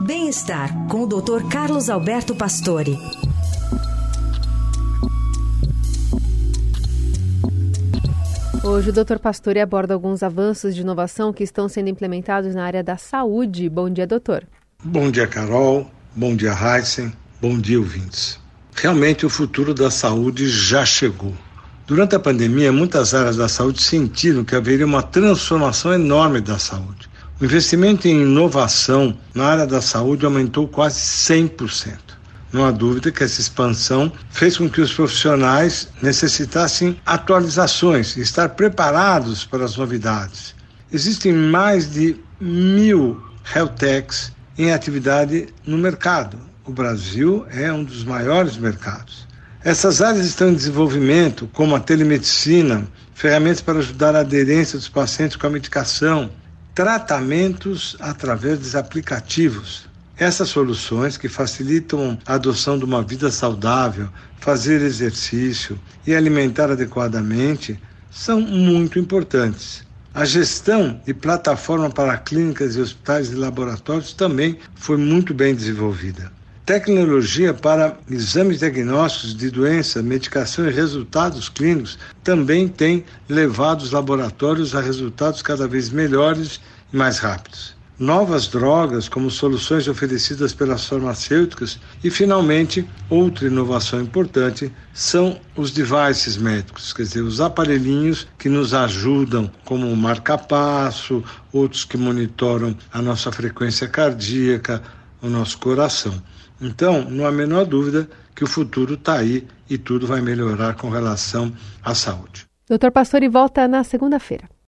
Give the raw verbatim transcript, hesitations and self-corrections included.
Bem-estar com o doutor Carlos Alberto Pastore. Hoje o doutor Pastore aborda alguns avanços de inovação que estão sendo implementados na área da saúde. Bom dia, doutor. Bom dia, Carol. Bom dia, Heisen. Bom dia, ouvintes. Realmente o futuro da saúde já chegou. Durante a pandemia, muitas áreas da saúde sentiram que haveria uma transformação enorme da saúde. O investimento em inovação na área da saúde aumentou quase cem por cento. Não há dúvida que essa expansão fez com que os profissionais necessitassem atualizações e estar preparados para as novidades. Existem mais de mil health techs em atividade no mercado. O Brasil é um dos maiores mercados. Essas áreas estão em desenvolvimento, como a telemedicina, ferramentas para ajudar a aderência dos pacientes com a medicação, tratamentos através dos aplicativos. Essas soluções que facilitam a adoção de uma vida saudável, fazer exercício e alimentar adequadamente são muito importantes. A gestão de plataforma para clínicas e hospitais e laboratórios também foi muito bem desenvolvida. Tecnologia para exames diagnósticos de doença, medicação e resultados clínicos também tem levado os laboratórios a resultados cada vez melhores e mais rápidos. Novas drogas como soluções oferecidas pelas farmacêuticas e, finalmente, outra inovação importante são os devices médicos, quer dizer, os aparelhinhos que nos ajudam, como o marca-passo, outros que monitoram a nossa frequência cardíaca, o nosso coração. Então, não há a menor dúvida que o futuro está aí e tudo vai melhorar com relação à saúde. doutor Pastore volta na segunda-feira.